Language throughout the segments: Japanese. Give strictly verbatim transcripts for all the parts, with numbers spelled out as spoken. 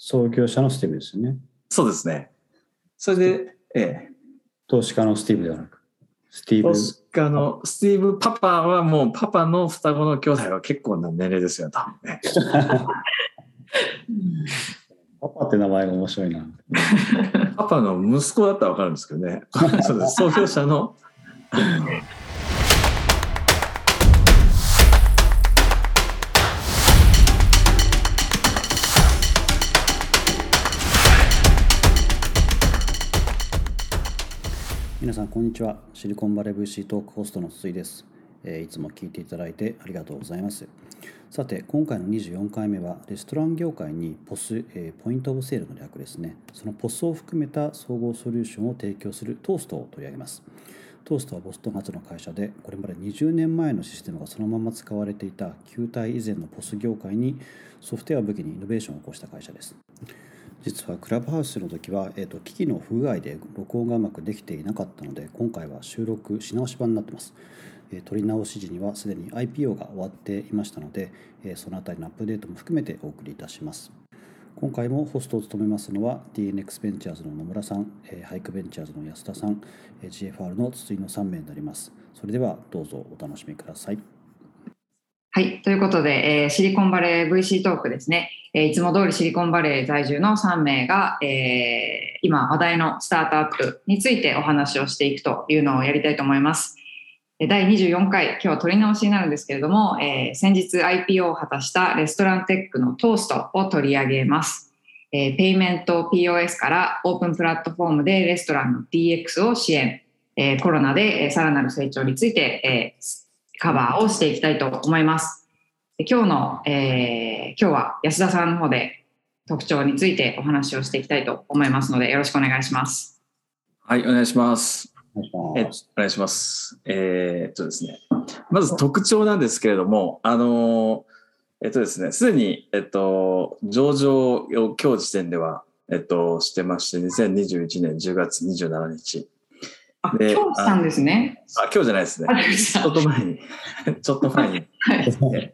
創業者のスティーブですよね。 そうですね。それで、ええ、 投資家のスティーブではなく、スティーブ。 投資家のスティーブパパはもうパパの双子の兄弟は結構な年齢ですよ、多分ね。 パパって名前が面白いな。 パパの息子だったら分かるんですけどね。そうです。創業者の皆さんこんにちは。シリコンバレー ブイシー トークホストの筒井です。えー、いつも聞いていただいてありがとうございます。さて今回のにじゅうよんかいめはレストラン業界にポス、えー、ポイントオブセールの略ですね。そのポスを含めた総合ソリューションを提供するトーストを取り上げます。トーストはボストン発の会社で、これまでにじゅうねんまえのシステムがそのまま使われていた旧体以前のポス業界にソフトウェアを武器にイノベーションを起こした会社です。実はクラブハウスの時は、えーと、機器の不具合で録音がうまくできていなかったので、今回は収録し直し版になっています。えー、取り直し時にはすでに アイピーオー が終わっていましたので、えー、そのあたりのアップデートも含めてお送りいたします。今回もホストを務めますのは ティーエヌエックス ベンチャーズの野村さん、えー、ハイクベンチャーズの安田さん、えー、ジーエフアール の筒井のさんめいになります。それではどうぞお楽しみください。 はい、ということで、えー、シリコンバレー ブイシー トークですね、えー、いつも通りシリコンバレー在住のさんめいが、えー、今話題のスタートアップについてお話をしていくというのをやりたいと思います。だいにじゅうよんかい、今日は取り直しになるんですけれども、えー、先日 アイピーオー を果たしたレストランテックのトーストを取り上げます。えー、ペイメント ピーオーエス からオープンプラットフォームでレストランの ディーエックス を支援、えー、コロナで、えー、さらなる成長について、えー、カバーをしていきたいと思います。今日の、えー、今日は安田さんの方で特徴についてお話をしていきたいと思いますので、よろしくお願いします。 はい、お願いします。 お願いします。 えお願いします。えー、っとですね、まず特徴なんですけれども、あのえっとですね、すでにえっと上場を今日時点ではえっとしてまして、にせんにじゅういちねんじゅうがつにじゅうしちにち。 あ、今日したんですね。 あ、今日じゃないですね。ちょっと前に、ちょっと前に、はい、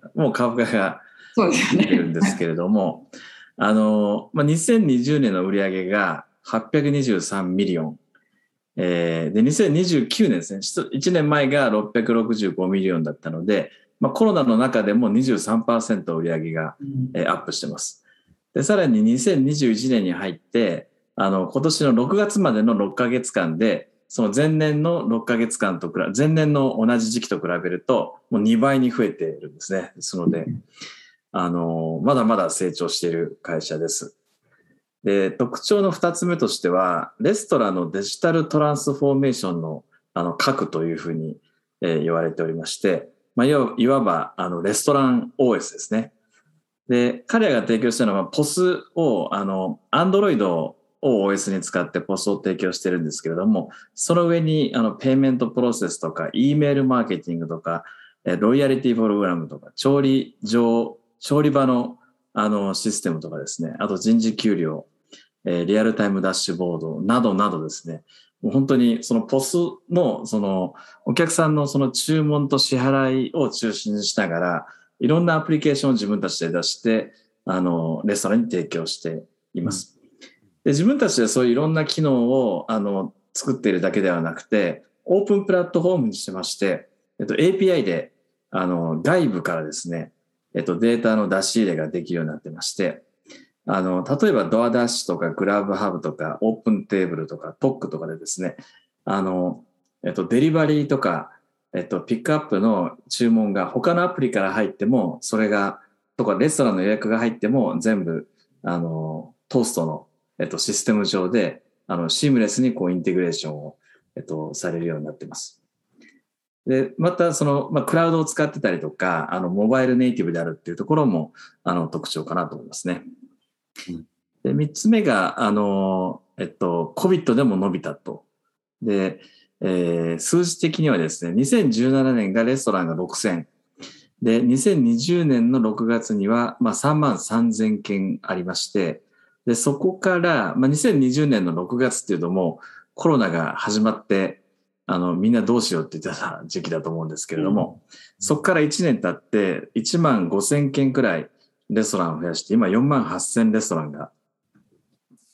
もう株価が出てるんですけれども、あの、まあ、にせんにじゅうねんの売上がはっぴゃくにじゅうさんミリオン、えー、でにせんにじゅうきゅうねんですね、いちねんまえがろっぴゃくろくじゅうごミリオンだったので、まあ、コロナの中でも にじゅうさんパーセント 売上が、えー、アップしてます。で、さらににせんにじゅういちねんに入って、あの今年のろくがつまでのろっかげつかんでその前年のろっかげつかんと比べ、前年の同じ時期と比べると、もうにばいに増えているんですね。ですので、あの、まだまだ成長している会社です。で、特徴のふたつめとしては、レストランのデジタルトランスフォーメーションの、あの、核というふうに、えー、言われておりまして、まあ、いわいわば、あの、レストラン オーエス ですね。で、彼らが提供したのは、ポスを、あの、Android をを オーエス に使ってポスを提供してるんですけれども、その上にあのペイメントプロセスとか E メールマーケティングとかロイヤリティプログラムとか調理場、調理場のあのシステムとかですね、あと人事給料、リアルタイムダッシュボードなどなどですね、もう本当にそのポスのそのお客さんのその注文と支払いを中心にしながら、いろんなアプリケーションを自分たちで出してあのレストランに提供しています。うんで自分たちでそういういろんな機能をあの作っているだけではなくて、オープンプラットフォームにしてまして、えっと、エーピーアイ であの外部からですね、えっと、データの出し入れができるようになってまして、あの例えばドアダッシュとかグラブハブとかオープンテーブルとかトックとかでですね、あの、えっと、デリバリーとか、えっと、ピックアップの注文が他のアプリから入っても、それがとかレストランの予約が入っても全部あのトーストのえっと、システム上で、あの、シームレスにこう、インテグレーションを、えっと、されるようになっています。で、また、その、まあ、クラウドを使ってたりとか、あの、モバイルネイティブであるっていうところも、あの、特徴かなと思いますね。うん、で、三つ目が、あの、えっと、コビッド でも伸びたと。で、えー、数字的にはですね、にせんじゅうななねんがレストランがろくせん。で、にせんにじゅうねんのろくがつには、まあ、さんまんさんぜんけんありまして、で、そこから、まあ、にせんにじゅうねんのろくがつっていうともうコロナが始まって、あの、みんなどうしようって言ってた時期だと思うんですけれども、うん、そこからいちねん経っていちまんごせんけんくらいレストランを増やして、今よんまんはっせんレストランが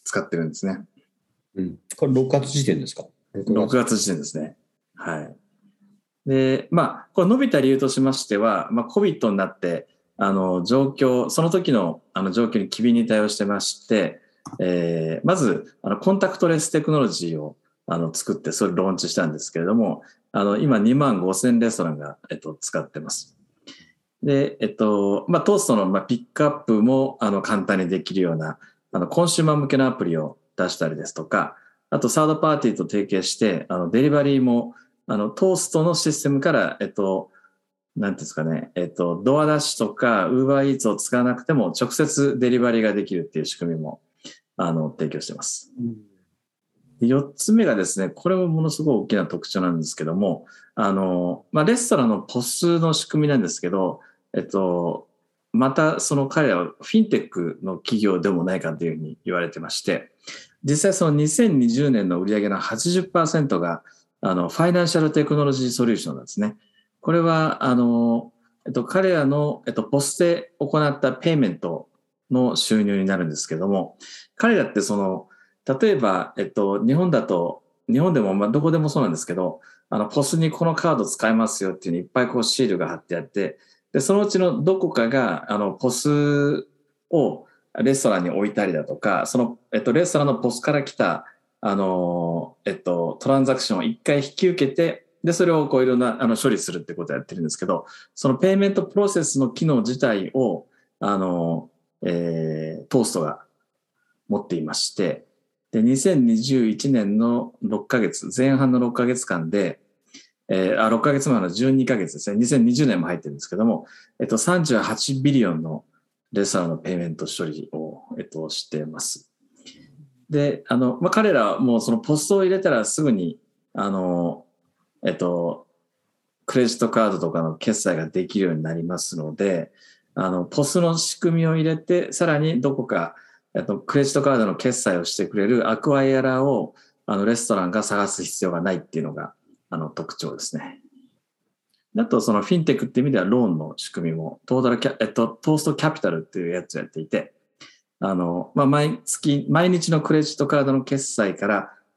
使ってるんですね。 うん、これろくがつ時点ですか？ ろくがつ時点ですね。はい。で、まあ、これ伸びた理由としましては、まあ、COVID になって、あの、状況、その時のあの状況に機敏に対応してまして、えー、まず、あの、コンタクトレステクノロジーをあの作って、それをローンチしたんですけれども、あの、今にまんごせんレストランが、えっと、使ってます。で、えっと、まあ、トーストの、まあ、ピックアップも、あの、簡単にできるような、あの、コンシューマー向けのアプリを出したりですとか、あと、サードパーティーと提携して、あの、デリバリーも、あの、トーストのシステムから、えっと、なんていうんですかね、えっと、ドアダッシュとか、ウーバーイーツを使わなくても、直接デリバリーができるっていう仕組みも、あの、提供しています。うん、よっつめがですね、これもものすごい大きな特徴なんですけども、あの、まあ、レストランのポスの仕組みなんですけど、えっと、またその彼らはフィンテックの企業でもないかというふうに言われてまして、実際そのにせんにじゅうねんの売上の はちじゅっパーセント があのファイナンシャルテクノロジーソリューションなんですね。これはあの、えっと、彼らの、えっと、ポスで行ったペイメントの収入になるんですけども、彼らってその例えば、えっと、日本だと日本でもまあどこでもそうなんですけど、あのポスにこのカード使えますよっていうのいっぱいこうシールが貼ってあって、でそのうちのどこかがあのポスをレストランに置いたりだとか、その、えっと、レストランのポスから来たあの、えっと、トランザクションを一回引き受けて、でそれをこういろんなあの処理するってことをやってるんですけど、そのペイメントプロセスの機能自体をあの、えー、トーストが持っていまして、でにせんにじゅういちねんのろっかげつ、前半のろっかげつかんで、えー、あろっかげつまえのじゅうにかげつですね、にせんにじゅうねんも入ってるんですけども、えっと、さんじゅうはちビリオンのレストランのペイメント処理を、えっと、しています。で、あの、まあ、彼らはもうそのポストを入れたらすぐに、あの、えっと、クレジットカードとかの決済ができるようになりますので、あの、ポスの仕組みを入れて、さらにどこか、えっと、クレジットカードの決済をしてくれるアクワイアラーを、あの、レストランが探す必要がないっていうのが、あの、特徴ですね。あと、そのフィンテックっていう意味では、ローンの仕組みも、トータルキャ、えっと、トーストキャピタルっていうやつをやっていて、あの、まあ、毎月、毎日のクレジットカードの決済から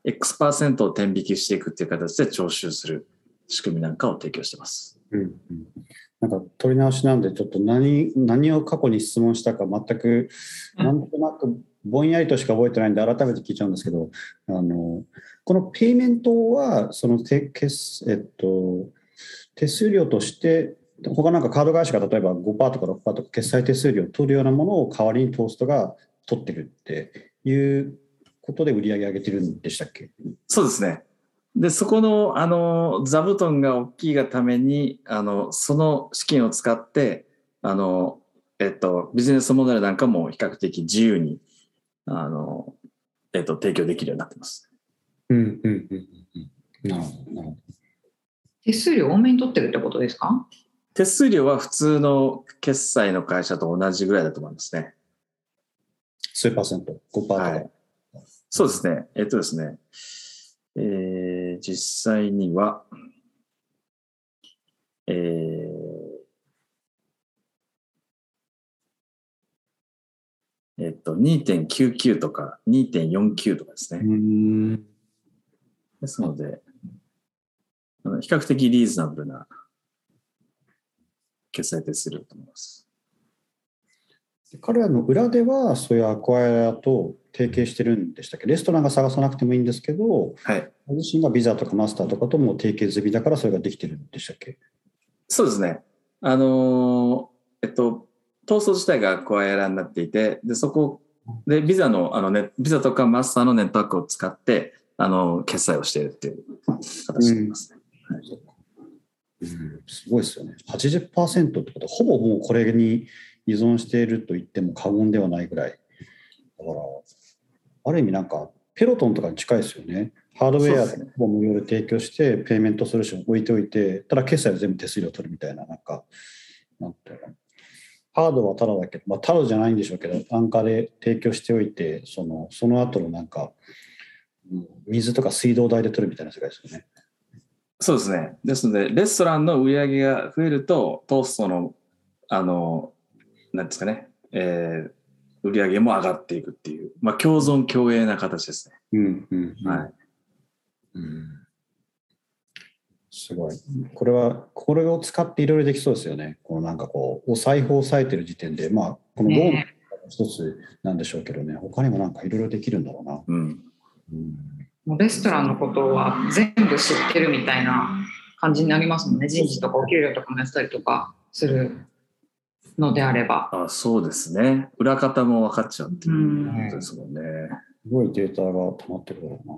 X% を天引きしていくっていう形で徴収する仕組みなんかを提供しています。 うんうん、なんか取り直しなんで、ちょっと何、何を過去に質問したか全く、なんとなくぼんやりとしか覚えてないんで、改めて聞いちゃうんですけど、あの、このペイメントは、その手、えっと、手数料として、他なんかカード会社が例えば ごパーセント とか ろくパーセント とか決済手数料を取るようなものを代わりにトーストが取ってるっていうことで売り上げ上げてるんでしたっけ？ そうですね。で、そこの、あの、座布団が大きいがために、あの、その資金を使って、あの、えっと、ビジネスモデルなんかも比較的自由に、あの、えっと、提供できるようになっています。 うんうんうんうん。なるほど、なるほど。 手数料多めに取ってるってことですか？ 手数料は普通の決済の会社と同じぐらいだと思いますね。 数パーセント、ごパーセント とか、 はい。そうですね。えっとですね。えー、実際には、えー、えっと、にてんきゅうきゅう とか にてんよんきゅう とかですね。 うーん。 ですので、比較的リーズナブルな決済手数料と思います。 彼らの裏ではそういうアクアイアと提携してるんでしたっけ？レストランが探さなくてもいいんですけど、 はい、 ご自身がビザとかマスターとかとも提携済みだからそれができてるんでしたっけ？ そうですね。あのー、えっと、トースト自体がアクアイアになっていて、で、そこでビザの、あのね、ビザとかマスターのネットワークを使って、あの、決済をしているっていう形になりますね。うん、はい、 うん、すごいですよね。はちじゅっパーセント ってことは、ほぼもうこれに依存していると言っても過言ではないぐらい。だから、ある意味なんか、ペロトンとかに近いですよね。ハードウェアでほぼ無料で提供して、ペイメントソリューションを置いておいて、ただ決済は全部手数料取るみたいな、なんか、なんていうの。ハードはタダだけど、まあ、タダじゃないんでしょうけど、安価で提供しておいて、その、その後のなんか、水とか水道代で取るみたいな世界ですよね。 そうですね。ですので、レストランの売り上げが増えると、トーストの、あの、なんですかね、えー、 売り上げも上がっていくっていう、まあ、共存共栄な形ですね。 うんうんうん、 はい。 うん、すごい。これはこれを使っていろいろできそうですよね。このなんかこうお財布を押さえてる時点で、まあこのローン一つなんでしょうけどね、他にもなんかいろいろできるんだろうな。 うんうん、 もうレストランのことは全部知ってるみたいな感じになりますもんね。人事とかお給料とかもやったりとかするのであれば。 あ、そうですね。裏方も分かっちゃうっていうことですもんね。 すごいデータが溜まってるだろうな。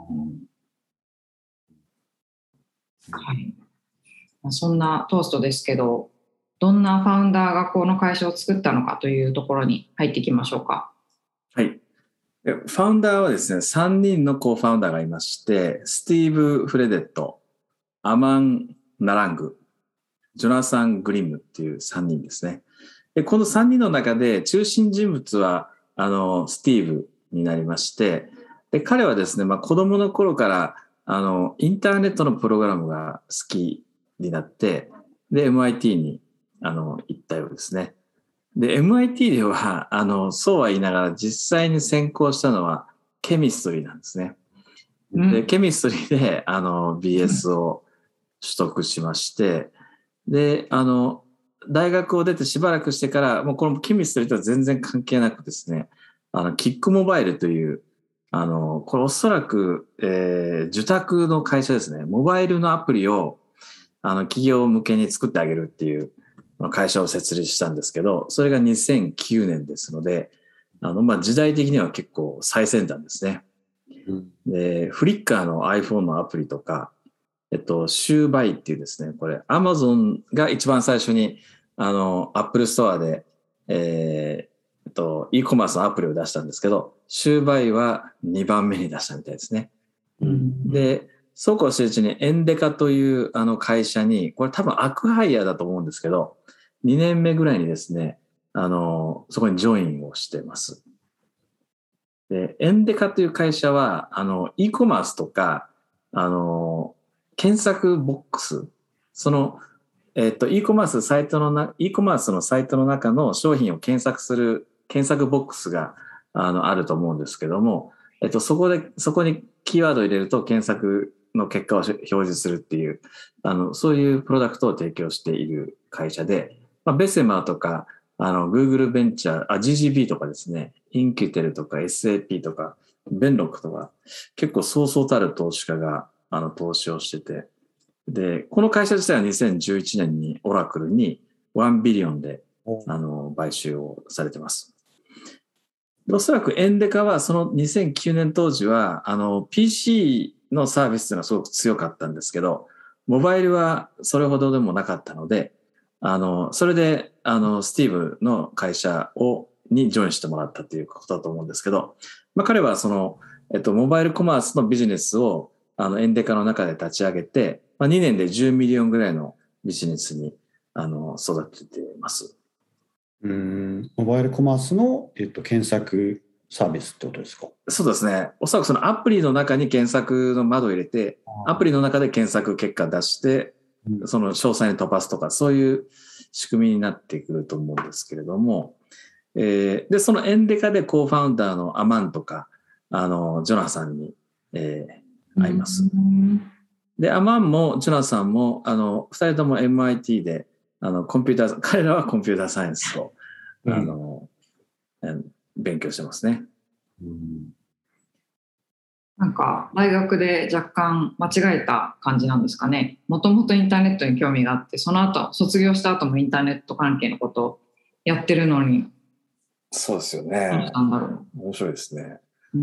うん、はい。そんなトーストですけど、どんなファウンダーがこの会社を作ったのかというところに入っていきましょうか。 はい。ファウンダーはですね、さんにんのコーファウンダーがいまして、スティーブ・フレデット、アマン・ナラング、ジョナサン・グリムっていうさんにんですね。で、このさんにんの中で中心人物は、あの、スティーブになりまして、で、彼はですね、まあ子供の頃から、あの、インターネットのプログラムが好きになって、で、エムアイティー に、あの、行ったようですね。で、エムアイティー では、あの、そうは言いながら実際に専攻したのはケミストリーなんですね。で、ケミストリーで、あの、ビーエス を取得しまして、で、あの、大学を出てしばらくしてから、もうこのケミストリーとは全然関係なくですね、あの、キックモバイルという、あの、これおそらく、えー、受託の会社ですね。モバイルのアプリを、あの、企業向けに作ってあげるっていう会社を設立したんですけど、それがにせんきゅうねんですので、あの、まあ、時代的には結構最先端ですね。うん、で、フリッカーの iPhone のアプリとか、えっと、シューバイっていうですね、これ、アマゾンが一番最初に、あの、アップルストアで、えー、えっと、e コマースのアプリを出したんですけど、シューバイはにばんめに出したみたいですね。うん、で、そうこうしてるうちにエンデカというあの会社に、これ多分アクハイヤーだと思うんですけど、にねんめぐらいにですね、あの、そこにジョインをしてます。で、エンデカという会社は、あの、e コマースとか、あの、検索ボックス、その、えっと、e コマースサイトのな、e コマースのサイトの中の商品を検索する検索ボックスが、あの、あると思うんですけども、えっと、そこで、そこにキーワードを入れると検索の結果を表示するっていう、あの、そういうプロダクトを提供している会社で、まあ、ベセマーとか、あの、Google ベンチャー、あ、ジージービー とかですね、インキュテルとか エスエーピー とか、ベンロックとか、結構そうそうたる投資家が、あの、投資をしてて、で、この会社自体はにせんじゅういちねんにオラクルにいちビリオンで、あの、買収をされてます。おそらくエンデカはそのにせんきゅうねん当時は、あの、ピーシー のサービスというのはすごく強かったんですけど、モバイルはそれほどでもなかったので、あの、それで、あの、スティーブの会社を、にジョインしてもらったということだと思うんですけど、まあ、彼はその、えっと、モバイルコマースのビジネスを、あの、エンデカの中で立ち上げて、まあ、にねんでじゅうミリオンぐらいのビジネスに、あの、育てています。 うん、モバイルコマースの、えっと、検索サービスってことですか？ そうですね。おそらくそのアプリの中に検索の窓を入れて、アプリの中で検索結果出して、その詳細に飛ばすとか、そういう仕組みになってくると思うんですけれども、えー、で、そのエンデカでコーファウンダーのアマンとか、あの、ジョナサンに、えー、会います。で、アマンもジョナサンも、あの、二人とも エムアイティー で、あの、コンピューター、彼らはコンピューターサイエンスを、あの、うん、勉強してますね。うん、 なんか大学で若干間違えた感じなんですかね。もともとインターネットに興味があって、その後卒業した後もインターネット関係のことをやってるのに。 そうですよね。 どうしたんだろう。 面白いですね。 うん、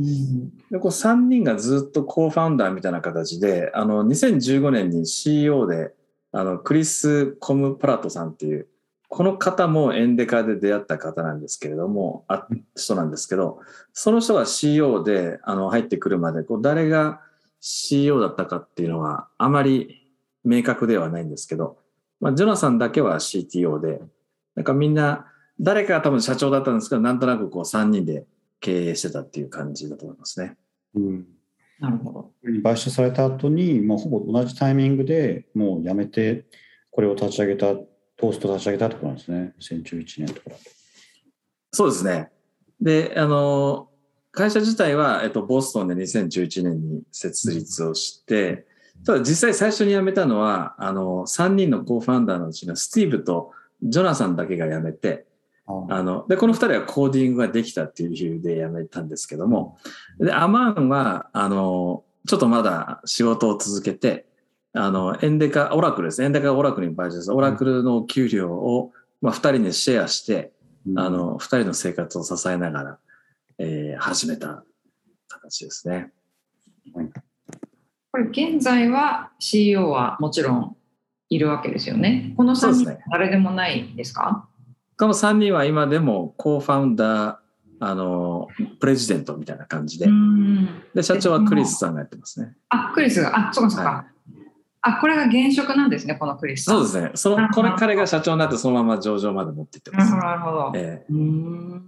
でこうさんにんがずっとコーファウンダーみたいな形で、あのにせんじゅうごねんに シーイーオー であのクリス・コム・プラットさんっていう、この方もエンデカで出会った方なんですけれども、あ人なんですけど、その人が シーイーオー であの入ってくるまでこう誰が シーイーオー だったかっていうのはあまり明確ではないんですけど、まあ、ジョナサンだけは シーティーオー で、なんかみんな誰かが多分社長だったんですけど、なんとなくこうさんにんで経営してたっていう感じだと思いますね。 うん、なるほど。 買収された後に、まあ、ほぼ同じタイミングでもう辞めて、これを立ち上げた、トースト立ち上げたってことなんですね。にせんじゅういちねんとかだと。 そうですね。 で、あの、会社自体は、えっと、ボストンでにせんじゅういちねんに設立をして、ただ実際最初に辞めたのは、あの、さんにんのコーファウンダーのうちのスティーブとジョナサンだけが辞めて、あの、で、このふたりはコーディングができたっていう理由で辞めたんですけども、で、アマンは、あの、ちょっとまだ仕事を続けて、あの、エンデカ、オラクルですね。エンデカがオラクルに買収したオラクルの給料を、まあ、ふたりにシェアして、あの、ふたりの生活を支えながら、えー、始めた形ですね。 これ現在は シーイーオー はもちろんいるわけですよね。このさんにん誰でもないですか？ このさんにんは今でもコーファウンダー、あのプレジデントみたいな感じで、で社長はクリスさんがやってますね。 あ、クリスが、あ、そうかそうか。はい、あ、これが現職なんですね、このクリスさん。 そうですね。そのこれ彼が社長になってそのまま上場まで持っていってます。 なるほど。えー、うーん、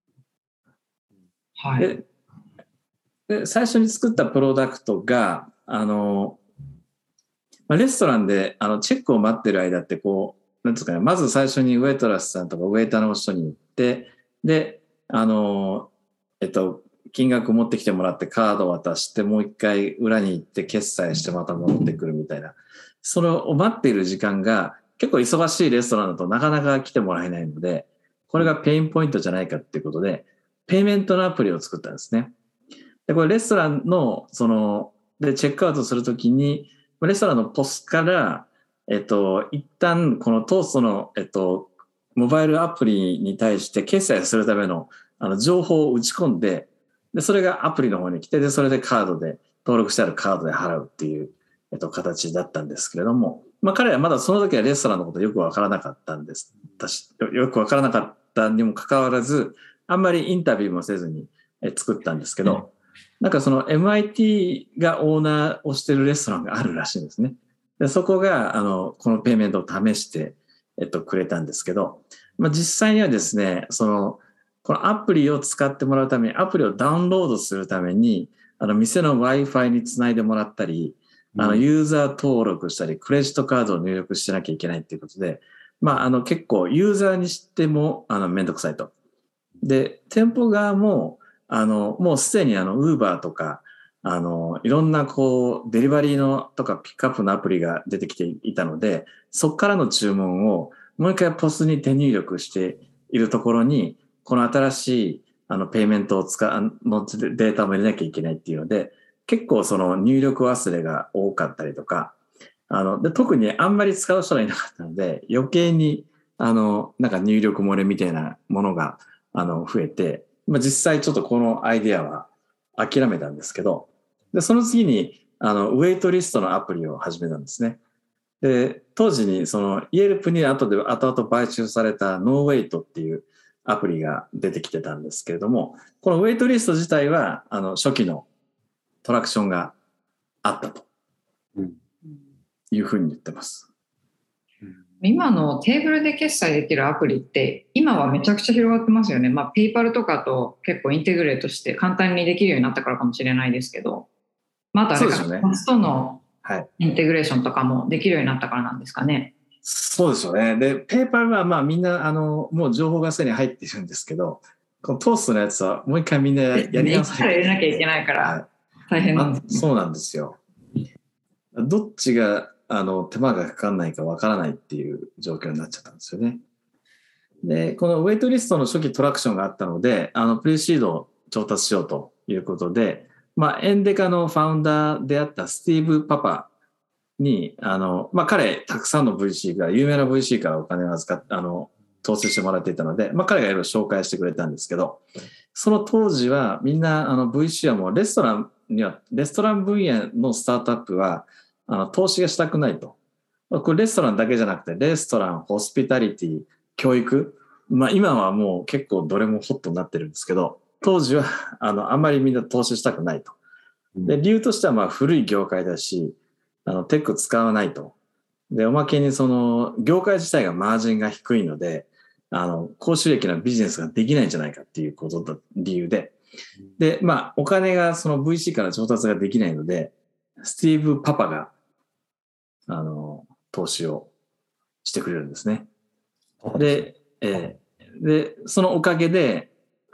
はい。 でで最初に作ったプロダクトがあの、まあ、レストランであのチェックを待ってる間ってこうなんですかね、まず最初にウェイトラスさんとかウェイターの人に行ってであのえっと金額持ってきてもらってカード渡してもう一回裏に行って決済してまた戻ってくるみたいな、それを待っている時間が結構忙しいレストランだとなかなか来てもらえないので、これがペインポイントじゃないかっていうことでペイメントのアプリを作ったんですね。でこれレストランのそのでチェックアウトするときにレストランのポスからえっと一旦このトーストのえっとモバイルアプリに対して決済するためのあの情報を打ち込んで、でそれがアプリの方に来て、でそれでカードで登録してあるカードで払うっていう、えっと、形だったんですけれども、まあ、彼はまだその時はレストランのことよくわからなかったんですよくわからなかったにもかかわらずあんまりインタビューもせずに作ったんですけど、うん、なんかその エムアイティー がオーナーをしてるレストランがあるらしいんですね。でそこがあのこのペイメントを試して、えっと、くれたんですけど、まあ、実際にはですね、そのこのアプリを使ってもらうためにアプリをダウンロードするためにあの店の Wi-Fi につないでもらったり、うん、あのユーザー登録したりクレジットカードを入力しなきゃいけないっていうことで、まあ、あの結構ユーザーにしてもあのめんどくさいと。で店舗側もあのもうすでにあの Uber とかあのいろんなこうデリバリーのとかピックアップのアプリが出てきていたので、そこからの注文をもう一回ポスに手入力しているところにこの新しいあのペイメントを使うのデータも入れなきゃいけないっていうので、結構その入力忘れが多かったりとか、あので特にあんまり使う人がいなかったので余計にあのなんか入力漏れみたいなものがあの増えて、まあ、実際ちょっとこのアイデアは諦めたんですけど、でその次にあのウェイトリストのアプリを始めたんですね。で当時にそのイエルプに後で後々買収されたノーウェイトっていうアプリが出てきてたんですけれども、このウェイトリスト自体はあの初期のトラクションがあったというふうに言ってます。 今のテーブルで決済できるアプリって今はめちゃくちゃ広がってますよね。まあ、ペイパルとかと結構インテグレートして簡単にできるようになったからかもしれないですけど、まあ、あとあれか、ポストのインテグレーションとかもできるようになったからなんですかね。 そうですよね。で、ペーパルはまあみんなあのもう情報がすでに入っているんですけど、このトーストのやつはもう一回みんなやり直さなきゃいけない。 入れなきゃいけないから大変なんです、ね、 そうなんですよ。どっちがあの手間がかかんないかわからないっていう状況になっちゃったんですよね。で、このウェイトリストの初期トラクションがあったので、あのプレシードを調達しようということで、まあエンデカのファウンダーであったスティーブ・パパに、あの、まあ、彼、たくさんの ブイシー から、有名な ブイシー からお金を預かっあの、投資してもらっていたので、まあ、彼がいろいろ紹介してくれたんですけど、その当時はみんな、あの、ブイシー はもうレストランには、レストラン分野のスタートアップは、あの、投資がしたくないと。これレストランだけじゃなくて、レストラン、ホスピタリティ、教育、まあ、今はもう結構どれもホットになってるんですけど、当時は、あの、あんまりみんな投資したくないと。で、理由としては、まあ、古い業界だし、あのテック使わないと。で、おまけにその業界自体がマージンが低いので、あの高収益なビジネスができないんじゃないかっていうことだ理由で、で、まあお金がその ブイシー から調達ができないので、スティーブパパがあの投資をしてくれるんですね。で、えー、でそのおかげで、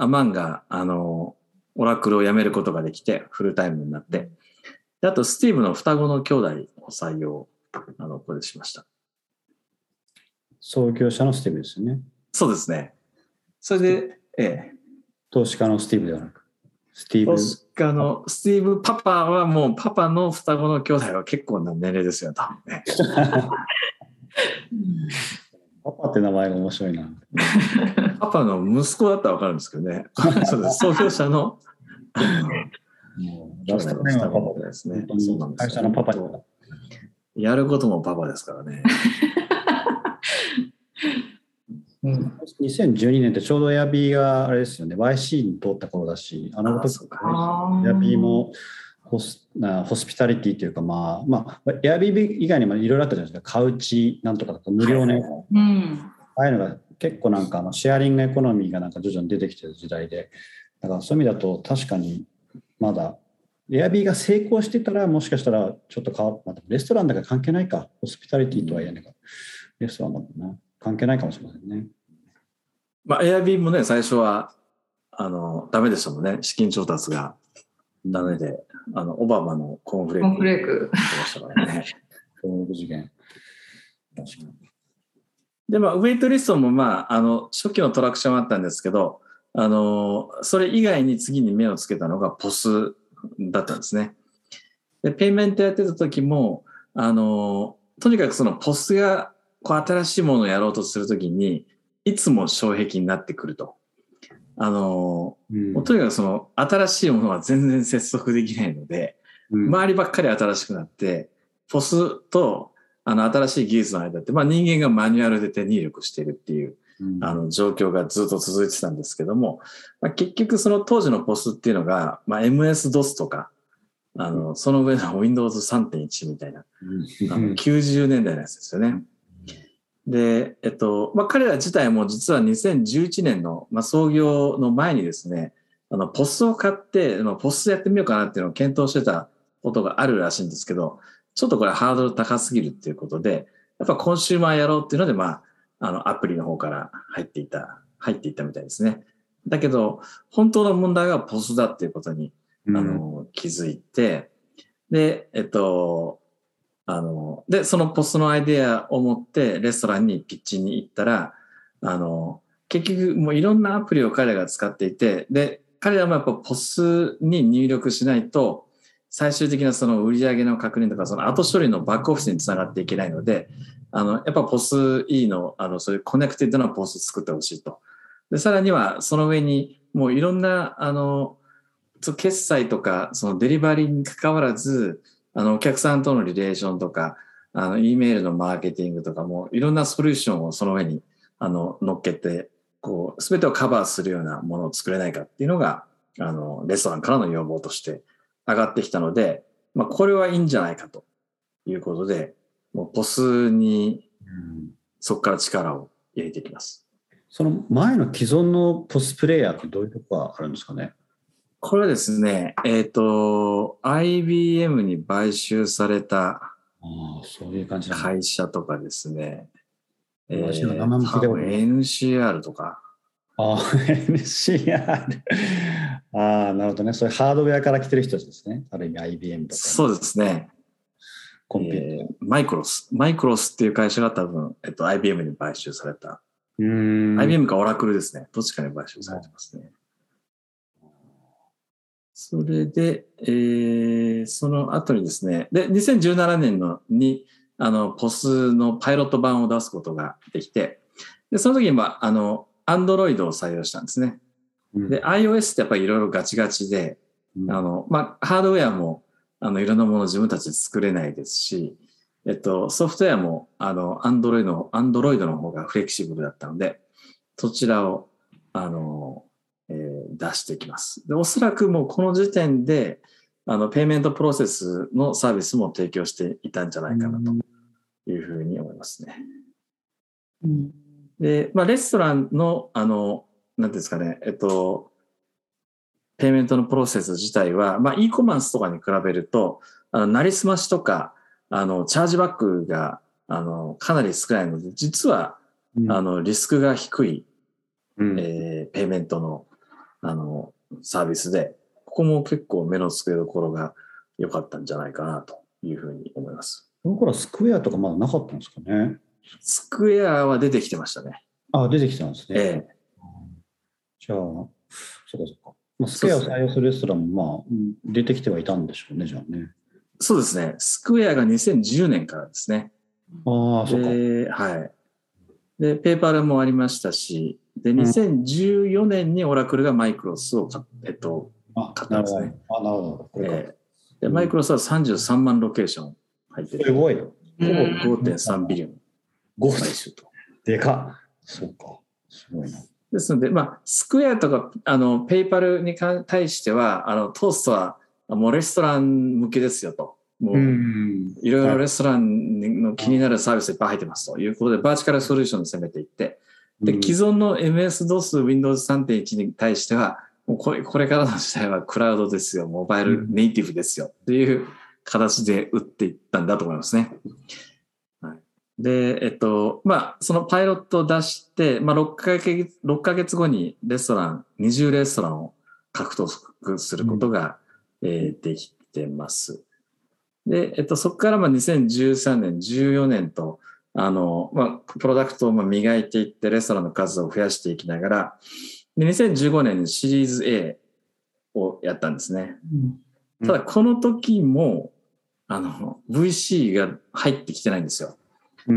アマンが、あの、オラクルを辞めることができて、フルタイムになって、であと、スティーブの双子の兄弟を採用、あの、ここでしました。 創業者のスティーブですよね。 そうですね。それで、ええ。 投資家のスティーブではなく、スティーブ。 投資家のスティーブパパはもうパパの双子の兄弟は結構な年齢ですよ、多分ね。 パパって名前が面白いな。 パパの息子だったら分かるんですけどね。そうです。創業者の、 もうラストの双子ですね。 そうなんです。会社のパパにやることもパパですからね。 うん、にせんじゅうにねんってちょうどエアビーがあれですよね、ワイシー に通った頃だし、あの時、エアビーもホスなホスピタリティというか、まあ、まあ、エアビー以外にもいろいろあったじゃないですか、カウチなんとかとか無料ね、はいはいはい、ああいうのが結構なんかあのシェアリングエコノミーがなんか徐々に出てきてる時代で、だからそういう意味だと確かにまだエアビーが成功してたらもしかしたらちょっと変わった、レストランだから関係ないか、ホスピタリティとは言えないか、レストランだもんな。関係ないかもしれませんね。 まあ、エアビーもね、最初は、あの、ダメでしたもんね。資金調達がダメで、うん、あの、オバマのコーンフレーク。 コーンフレーク。 ましたからね。 コーンフレーク事件。 確かに。で、まあ、ウェイトリストも、まあ、あの、初期のトラクションはあったんですけど、あの、それ以外に次に目をつけたのがポスだったんですね。で、ペイメントやってた時も、あの、とにかくそのポスが、こう新しいものをやろうとするときにいつも障壁になってくると。あの、うん、とにかくその新しいものは全然接続できないので、うん、周りばっかり新しくなって、ポスとあの新しい技術の間って、まあ、人間がマニュアルで手入力しているっていう、うん、あの状況がずっと続いてたんですけども、まあ、結局その当時のポスっていうのが、まあ、エムエスドス とか、あのその上の ウィンドウズスリーてんいち みたいな、あのきゅうじゅうねんだいのやつですよね。で、えっと、まあ、彼ら自体も実はにせんじゅういちねんの、まあ、創業の前にですね、あの、ポスを買って、あのポスやってみようかなっていうのを検討してたことがあるらしいんですけど、ちょっとこれハードル高すぎるっていうことで、やっぱコンシューマーやろうっていうので、まあ、あの、アプリの方から入っていた、入っていったみたいですね。だけど、本当の問題はポスだっていうことに、あの、うん、気づいて、で、えっと、あの、で、そのポスのアイデアを持ってレストランにピッチに行ったら、あの、結局もういろんなアプリを彼らが使っていて、で、彼らもやっぱポスに入力しないと、最終的なその売上の確認とか、その後処理のバックオフィスにつながっていけないので、あの、やっぱポス E の、あの、そういうコネクティッドなポスを作ってほしいと。で、さらにはその上にもういろんな、あの、決済とか、そのデリバリーに関わらず、あの、お客さんとのリレーションとか、あの、E メールのマーケティングとかも、いろんなソリューションをその上に、あの、乗っけて、こう、すべてをカバーするようなものを作れないかっていうのが、あの、レストランからの要望として上がってきたので、まあ、これはいいんじゃないかということで、もうポスに、そこから力を入れていきます。 その前の既存のポスプレイヤーってどういうところがあるんですかね？ これですね、えっと、アイビーエム に買収された会社とかですね、えー、多分 エヌシーアール とか。 ああ、エヌシーアール。ああ、なるほどね。そういうハードウェアから来てる人たちですね。ある意味 アイビーエム とか、ね。 そうですね。コンピューター、えー。マイクロス。マイクロスっていう会社が多分、えっと、アイビーエム に買収された。 うーん。 アイビーエム かオラクルですね。どっちかに買収されてますね。それで、えー、その後にですね、で、にせんじゅうななねんのに、あの、ポスのパイロット版を出すことができて、で、その時には、あの、Android を採用したんですね。うん、で、iOS ってやっぱりいろいろガチガチで、うん、あの、まあ、ハードウェアも、あの、いろんなものを自分たちで作れないですし、えっと、ソフトウェアも、あの、Android の、Android の方がフレキシブルだったので、そちらを、あの、えー、出してきます。で、おそらくもうこの時点で、あの、ペイメントプロセスのサービスも提供していたんじゃないかなというふうに思いますね。うん、で、まあ、レストランの、あの、なんていうんですかね、えっと、ペイメントのプロセス自体は、まあ、e コマースとかに比べると、あの、なりすましとか、あの、チャージバックが、あの、かなり少ないので、実は、うん、あの、リスクが低い、うん、えー、ペイメントのあの、サービスで、ここも結構目の付けどころが良かったんじゃないかなというふうに思います。 その頃はスクエアとかまだなかったんですかね。 スクエアは出てきてましたね。 あ、出てきてたんですね。 ええ。 じゃあ、そうかそうか。まあ、スクエアを採用するレストランも、まあ、出てきてはいたんでしょうね、じゃあね。 そうですね。スクエアがにせんじゅうねんからですね。 ああ、そうか。 はい。で、ペーパルもありましたし、で、にせんじゅうよねんにオラクルがマイクロスを、えっと、買ったんですね。 あ、なるほど。これか。 えー、で、マイクロスはさんじゅうさんまんロケーション入ってて、 すごい。 ほぼ ごてんさんビリオン買収と。 でかっ。そうか。すごいな。 ですので、まあ、スクエアとか、あの、ペイパルに対しては、あの、トーストはもうレストラン向けですよと。もう、いろいろレストランの気になるサービスいっぱい入ってますということで、バーチカルソリューションで攻めていって、で、既存の エムエスドス、ウィンドウズさんてんいち に対しては、もうこれ、これからの時代はクラウドですよ、モバイルネイティブですよ、っていう形で打っていったんだと思いますね。はい、で、えっと、まあ、そのパイロットを出して、まあ、ろっかげつ、ろっかげつごにレストラン、にじゅうレストランを獲得することが、うん、えー、できてます。で、えっと、そこからまあにせんじゅうさんねん、じゅうよねんと、あの、まあ、プロダクトをまあ磨いていって、レストランの数を増やしていきながら、でにせんじゅうごねんにシリーズ A をやったんですね。うん、ただ、この時も、あの、ブイシー が入ってきてないんですよ。うん、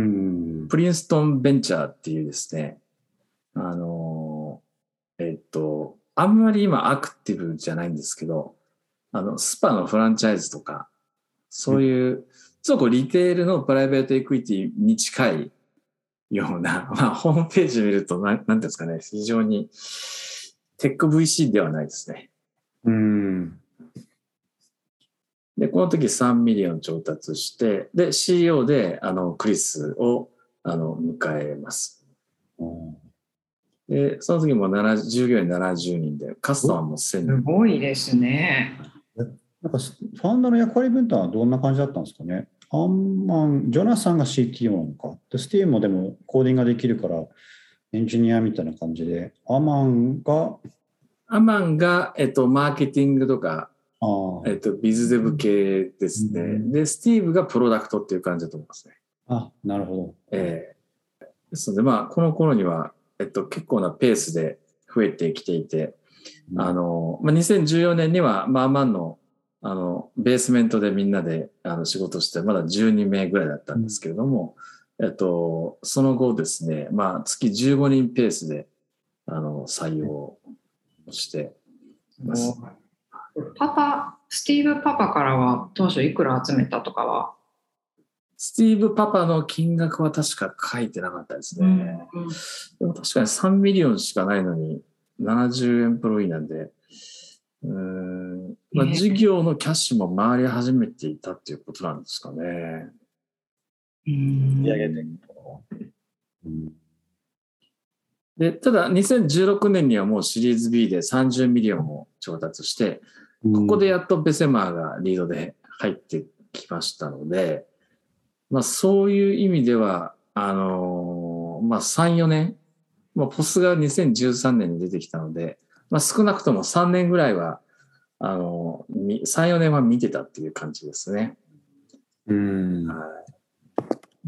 プリンストンベンチャーっていうですね、あの、えっと、あんまり今アクティブじゃないんですけど、あの、スパのフランチャイズとか、そういう、ちょっとリテールのプライベートエクイティに近いような、まあ、ホームページ見ると、なん、なんていうんですかね、非常にテック ブイシー ではないですね。うん。で、この時さんミリオン調達して、で、シーイーオー で、あの、クリスを、あの、迎えます。で、その時も従業員ななじゅうにんで、カスタマーもせんにん。 すごいですね。 なんかファウンダーの役割分担はどんな感じだったんですかね。アンマン、ジョナサンが シーティーオー なのか。で、スティーブもでもコーディングができるから、エンジニアみたいな感じで、アマンがアマンが、えっと、マーケティングとか、えっと、ビズデブ系ですね、うん。で、スティーブがプロダクトっていう感じだと思いますね。 あ、なるほど。 えー、ですので、まあ、この頃には、えっと、結構なペースで増えてきていて、うん、あの、まあ、にせんじゅうよねんには、まあ、アマンの、あの、ベースメントでみんなであの仕事して、まだじゅうにめいぐらいだったんですけれども、うん、えっと、その後ですね、まあ、月じゅうごにんペースで、あの、採用してます。 パパ、スティーブパパからは当初いくら集めたとかは？ スティーブパパの金額は確か書いてなかったですね。うんうん、でも確かにさんミリオンしかないのにななじゅうエンプロイなんで、うーん、まあ、事業のキャッシュも回り始めていたっていうことなんですかね。 うん。売上で。 うんで、ただにせんじゅうろくねんにはもうシリーズ B でさんじゅうミリオンを調達して、ここでやっとベセマーがリードで入ってきましたので、まあそういう意味では、あのー、まあさん、よねん、まあポスがにせんじゅうさんねんに出てきたので、まあ少なくともさんねんぐらいは、あのー、さん、よねんは見てたっていう感じですね。うん。はい。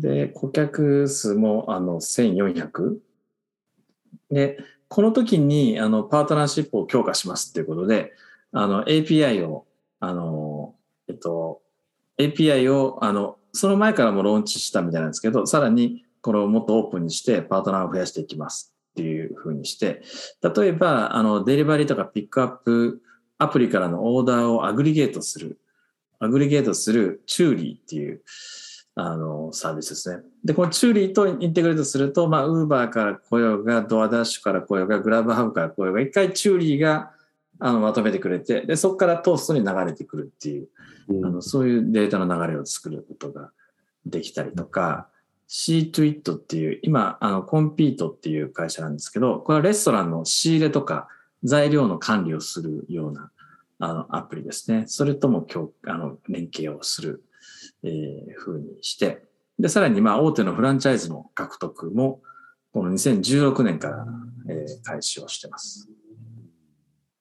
で、顧客数もあのせんよんひゃく。で、この時に、あの、パートナーシップを強化しますっていうことで、あの、エーピーアイ を、あの、えっと、エーピーアイ を、あの、その前からもローンチしたみたいなんですけど、さらに、これをもっとオープンにして、パートナーを増やしていきますっていうふうにして、例えば、あの、デリバリーとかピックアップアプリからのオーダーをアグリゲートする、アグリゲートするチューリーっていう、あの、サービスですね。で、このチューリーとインテグレートすると、まあ、ウーバーから来ようが、ドアダッシュから来ようが、グラブハブから来ようが、一回チューリーがあのまとめてくれて、で、そこからトーストに流れてくるっていう、うん、あのそういうデータの流れを作ることができたりとか、シートゥイットっていう、今、あの、コンピートっていう会社なんですけど、これはレストランの仕入れとか材料の管理をするようなあのアプリですね。それとも今日、あの、連携をする。えー、風にして、で、さらにまあ大手のフランチャイズの獲得も、このにせんじゅうろくねんから、えー、開始をしてます。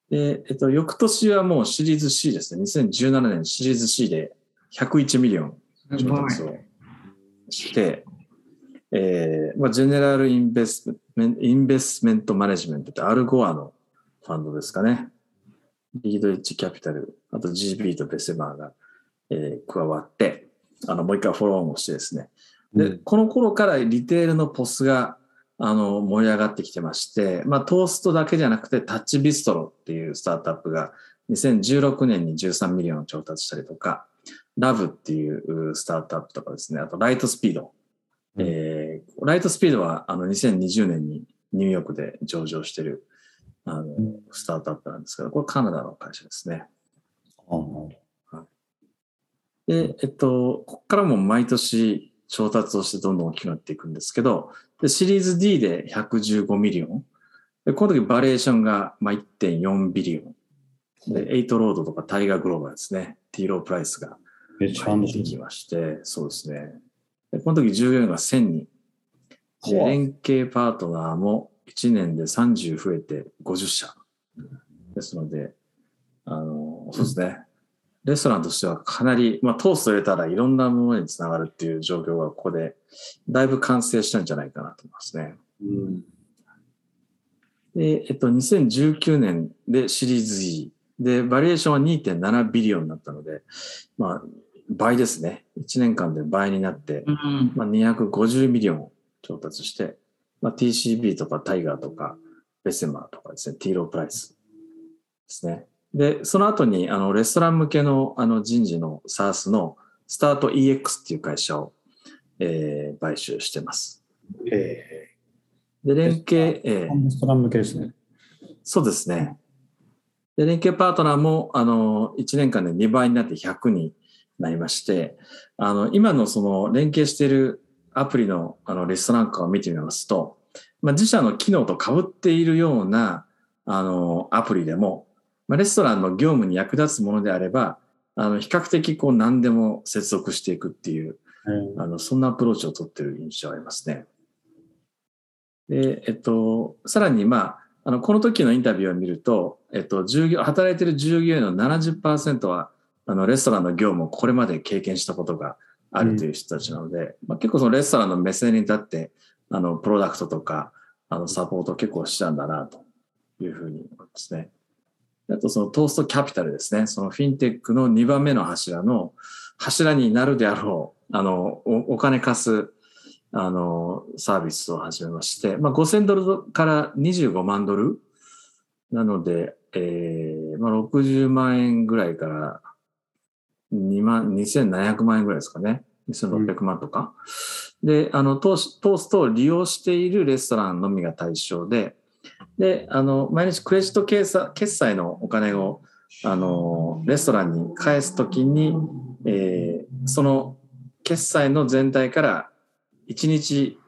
で、えっと、翌年はもうシリーズ C ですね。にせんじゅうななねんシリーズ C でひゃくいちミリオン調達をして、えーまあ、ジェネラルインベスメント、インベスメントマネジメントってアルゴアのファンドですかね。リードエッジキャピタル、あと ジービー とベセマーが、えー、加わって、あの、もう一回フォローオンをしてですね。で、うん、この頃からリテールのポスが、あの、盛り上がってきてまして、まあ、トーストだけじゃなくて、タッチビストロっていうスタートアップがにせんじゅうろくねんにじゅうさんミリオンを調達したりとか、ラブっていうスタートアップとかですね、あとライトスピード。うん、えー、ライトスピードはあのにせんにじゅうねんにニューヨークで上場しているあのスタートアップなんですけど、これカナダの会社ですね。 うんで、えっと、ここからも毎年調達をしてどんどん大きくなっていくんですけど、でシリーズ D でひゃくじゅうごミリオン。でこの時バリエーションがまあ いってんよんビリオン。で、エイトロードとかタイガーグローバーですね。T ロープライスが入ってきまして、そうですね。でこの時従業員がせんにん。で連携パートナーもいちねんでさんじゅう増えてごじゅっしゃ。ですので、あの、そうですね。レストランとしてはかなり、まあ、トースト入れたらいろんなものにつながるっていう状況がここでだいぶ完成したんじゃないかなと思いますね。うん、で、えっと、にせんじゅうきゅうねんでシリーズ E で、バリエーションは にてんななビリオンになったので、まあ、倍ですね。いちねんかんで倍になって、うん、まあ、にひゃくごじゅうミリオン調達して、まあ、ティーシービー とかタイガーとかベセマーとかですね、T ロープライスですね。で、その後に、あの、レストラン向けの、あの、人事の SaaS のスタート イーエックス っていう会社を、えー、買収してます。 えー、で、連携、 えー、レストラン向けですね。 そうですね。で、連携パートナーも、あの、いちねんかんでにばいになってひゃくになりまして、あの、今のその、連携しているアプリの、あの、レストラン化を見てみますと、まあ、自社の機能と被っているような、あの、アプリでも、レストランの業務に役立つものであれば、あの比較的こう何でも接続していくっていう、うん、あのそんなアプローチを取っている印象がありますね。で、えっと、さらに、まあ、あのこの時のインタビューを見ると、えっと、従業働いている従業員の ななじゅっパーセント はあのレストランの業務をこれまで経験したことがあるという人たちなので、うんまあ、結構そのレストランの目線に立ってあのプロダクトとかあのサポートを結構したんだなというふうに思いますね。あとそのトーストキャピタルですね。そのフィンテックのにばんめの柱の柱になるであろう、あの、お, お金貸す、あの、サービスを始めまして、まあ、ごせんドルからにじゅうごまんドルなので、えー、まあ、ろくじゅうまんえんぐらいからにまん、にせんななひゃくまんえんぐらいですかね。にせんろっぴゃくまんとか。うん、で、あのトー、トーストを利用しているレストランのみが対象で、で、あの、毎日クレジット決済、決済のお金を、あの、レストランに返すときに、えー、その決済の全体からいちにち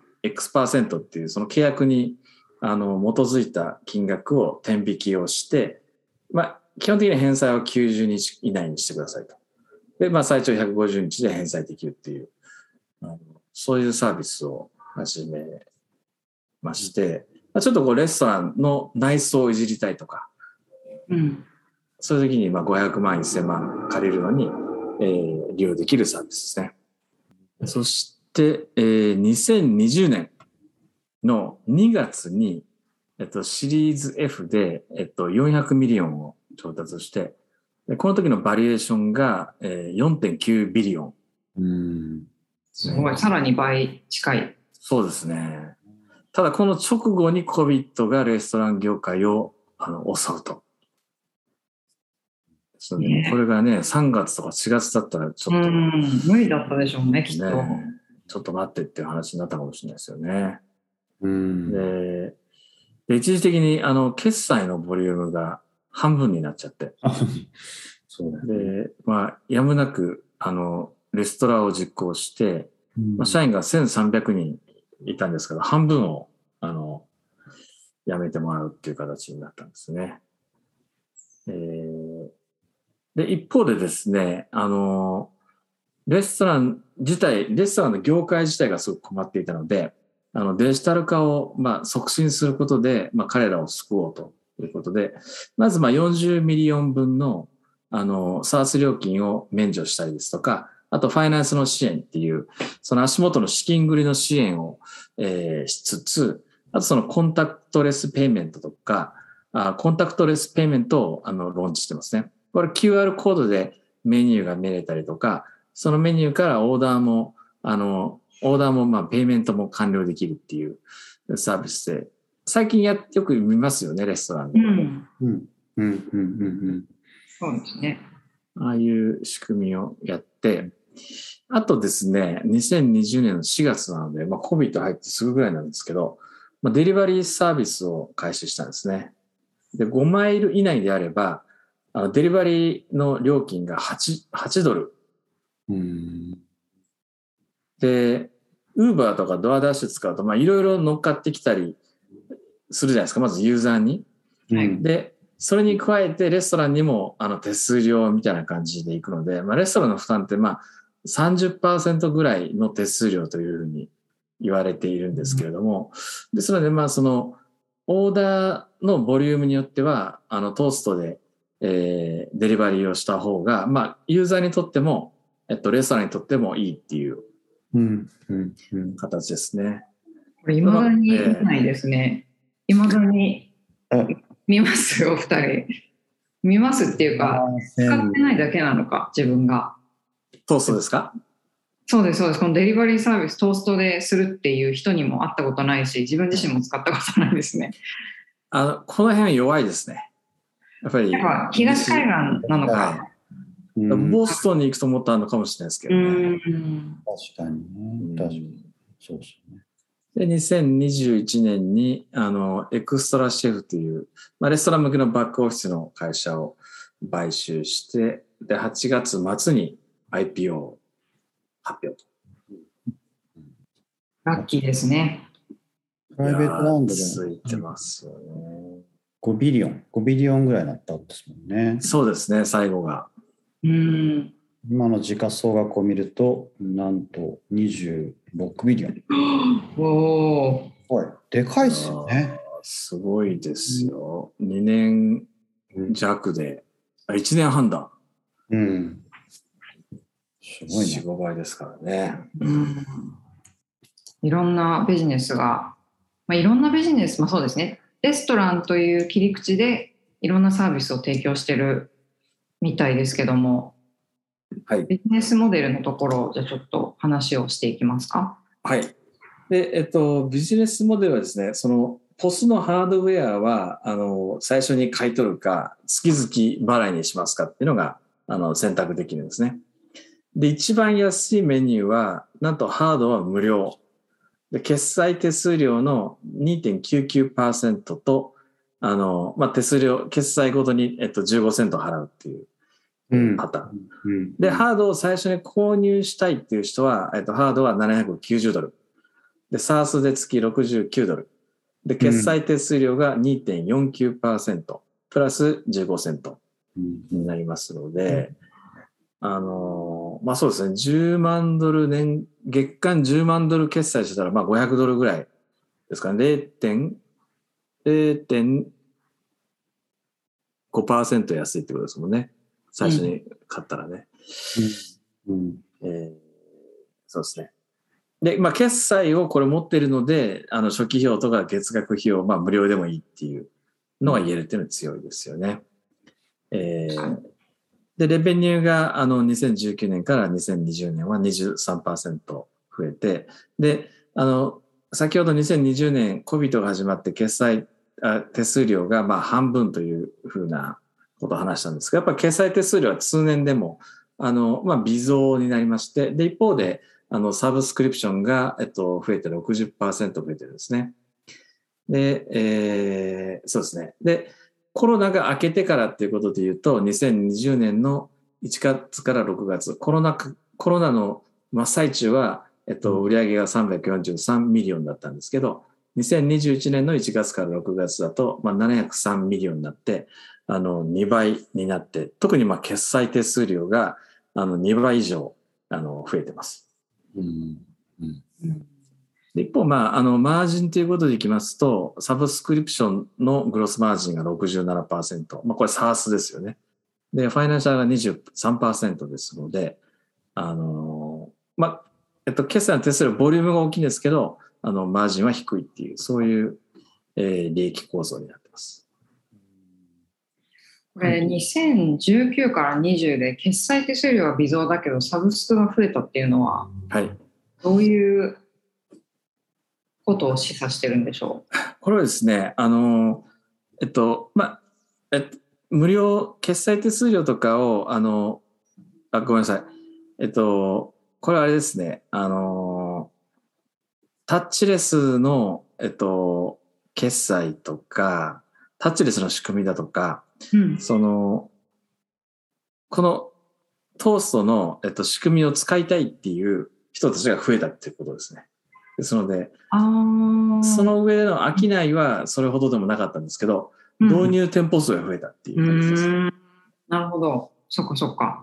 X% っていうその契約にあの基づいた金額を天引きをして、まあ、基本的に返済はきゅうじゅうにち以内にしてくださいと。で、まあ、最長ひゃくごじゅうにちで返済できるっていう、あのそういうサービスを始めまして、ちょっとこうレストランの内装をいじりたいとか、うん、そういう時にまあごひゃくまん、せんまん借りるのに、えー、利用できるサービスですね。そして、えー、にせんにじゅうねんのにがつに、えっと、シリーズ F で、えっと、よんひゃくミリオンを調達して、この時のバリエーションが、えー、よんてんきゅうビリオン。 うん、すごい、さらに倍近い。 そうですね。ただこの直後に COVID がレストラン業界をあの襲うと。それでこれがね、さんがつとかしがつだったらちょっと。 うん無理だったでしょうね、きっと。 ね、ちょっと待ってっていう話になったかもしれないですよね。 うんで、で一時的にあの決済のボリュームが半分になっちゃって。 そうだね、 で、まあ、やむなくあのレストランを実行して、まあ、社員がせんさんびゃくにんいたんですけど、半分をあの辞めてもらうっていう形になったんですね。えー、で一方でですね、あのレストラン自体、レストランの業界自体がすごく困っていたので、あのデジタル化をまあ促進することで、まあ、彼らを救おうということで、まずまあよんじゅうミリオン分のあの サース 料金を免除したりですとか、あとファイナンスの支援っていう、その足元の資金繰りの支援を、えー、しつつ、あとそのコンタクトレスペイメントとか、あコンタクトレスペイメントをあのローンチしてますね。これ キューアール コードでメニューが見れたりとか、そのメニューからオーダーも、あの、オーダーもまあペイメントも完了できるっていうサービスで、最近やよく見ますよね、レストランで。うん。うんうんうんうんうん。 そうですね。 ああいう仕組みをやって、あとですね、にせんにじゅうねんのしがつなので、まあ コビッド 入ってすぐぐらいなんですけど、まあ、デリバリーサービスを開始したんですね。で、ごマイル以内であれば、あのデリバリーの料金が 8, 8ドル。 うん、 で、ウーバーとかドアダッシュ使うと、まあいろいろ乗っかってきたりするじゃないですか、まずユーザーに。 はい、 で、それに加えてレストランにもあの手数料みたいな感じでいくので、まあ、レストランの負担ってまあ さんじゅっパーセント ぐらいの手数料というふうに言われているんですけれども、ですのでまあそのオーダーのボリュームによってはあのトーストで、えー、デリバリーをした方が、まあユーザーにとっても、えっと、レストランにとってもいいっていう形ですね。 これ未だに見ないですね。えー、未だに見ますよ、お二人。見ますっていうか、使ってないだけなのか、自分が。 トーストですか？ そうです、そうです。このデリバリーサービス、トーストでするっていう人にも会ったことないし、自分自身も使ったことないですね。 あの、この辺弱いですね。やっぱり。 やっぱ東海岸なのか。はい、 ボストンに行くと思ったのかもしれないですけどね。 うん確かにね。確かに。そうですね。 で、にせんにじゅういちねんに、あの、エクストラシェフという、まあ、レストラン向けのバックオフィスの会社を買収して、で、はちがつ末に アイピーオー を発表。 ラッキーですね。 プライベートラウンドでついてますよね。 ごビリオン、ごビリオンぐらいになったんですもんね。 そうですね、最後が。 うん。 今の時価総額を見ると、なんとにじゅうろくビリオン。 おー。でかいっすよね。 すごいですよ。うん、にねん弱で、あ、いちねんはんだ。 うん。すごいね。 よん、ごばいですからね。 うん。いろんなビジネスが、まあ、いろんなビジネス、まあそうですね。レストランという切り口でいろんなサービスを提供してるみたいですけども、 はい、 ビジネスモデルのところじゃちょっと話をしていきますか。 はい。で、えっと、ビジネスモデルはですね、そのポスのハードウェアはあの最初に買い取るか月々払いにしますかっていうのがあの選択できるんですね。で、一番安いメニューはなんとハードは無料で、決済手数料の にてんきゅうきゅうパーセント とあの、まあ、手数料決済ごとに、えっと、じゅうごセント払うっていうパターン、うんうん、でハードを最初に購入したいっていう人は、えっと、ハードはななひゃくきゅうじゅうドルで サース で月ろくじゅうきゅうドルで決済手数料が にてんよんきゅうパーセント プラスじゅうごセントになりますので、うん、あのまあそうですね、じゅうまんドル年月間じゅうまんドル決済してたらまあごひゃくドルぐらいですかね。 れいてんごパーセント 安いってことですもんね、最初に買ったらね、うんうんえー、そうですね。で、まあ、決済をこれ持っているので、あの初期費用とか月額費用、まあ、無料でもいいっていうのが言えるっていうのは強いですよね。えー、で、レベニューがあのにせんじゅうきゅうねんからにせんにじゅうねんは にじゅうさんパーセント 増えて、で、あの、先ほどにせんにじゅうねん コビッド が始まって決済あ手数料がまあ半分というふうなことを話したんですが、やっぱり決済手数料は通年でもあの、まあ、微増になりまして、で、一方で、あの、サブスクリプションが、えっと、増えて ろくじゅっパーセント 増えてるんですね。で、えー、そうですね。で、コロナが明けてからっていうことで言うと、にせんにじゅうねんのいちがつからろくがつ、コロナ、コロナの真っ最中は、えっと、売上がさんびゃくよんじゅうさんミリオンだったんですけど、にせんにじゅういちねんのいちがつからろくがつだと、まあ、ななひゃくさんミリオンになって、あの、にばいになって、特にまあ、決済手数料が、あの、にばい以上、あの、増えてます。うんうん、 で一方、まあ、あのマージンということでいきますと、サブスクリプションのグロスマージンが ろくじゅうななパーセント、まあ、これ SaaS ですよね。で、ファイナンシャルが にじゅうさんパーセント ですので、あのまあえっと、決済に対するボリュームが大きいんですけど、あのマージンは低いっていう、そういう、えー、利益構造になっています。 これにせんじゅうきゅうからにじゅうで決済手数料は微増だけどサブスクが増えたっていうのは、 はい、 どういうことを示唆してるんでしょう？ これはですね、あのえっとまあえっと無料決済手数料とかをあのあごめんなさいえっとこれはあれですね、あのタッチレスのえっと決済とかタッチレスの仕組みだとか、うん、そのこのトーストの、えっと、仕組みを使いたいっていう人たちが増えたっていうことですね。ですので、あその上での商いはそれほどでもなかったんですけど、うん、導入店舗数が増えたっていう感じです。 うん、なるほど。そっかそっか。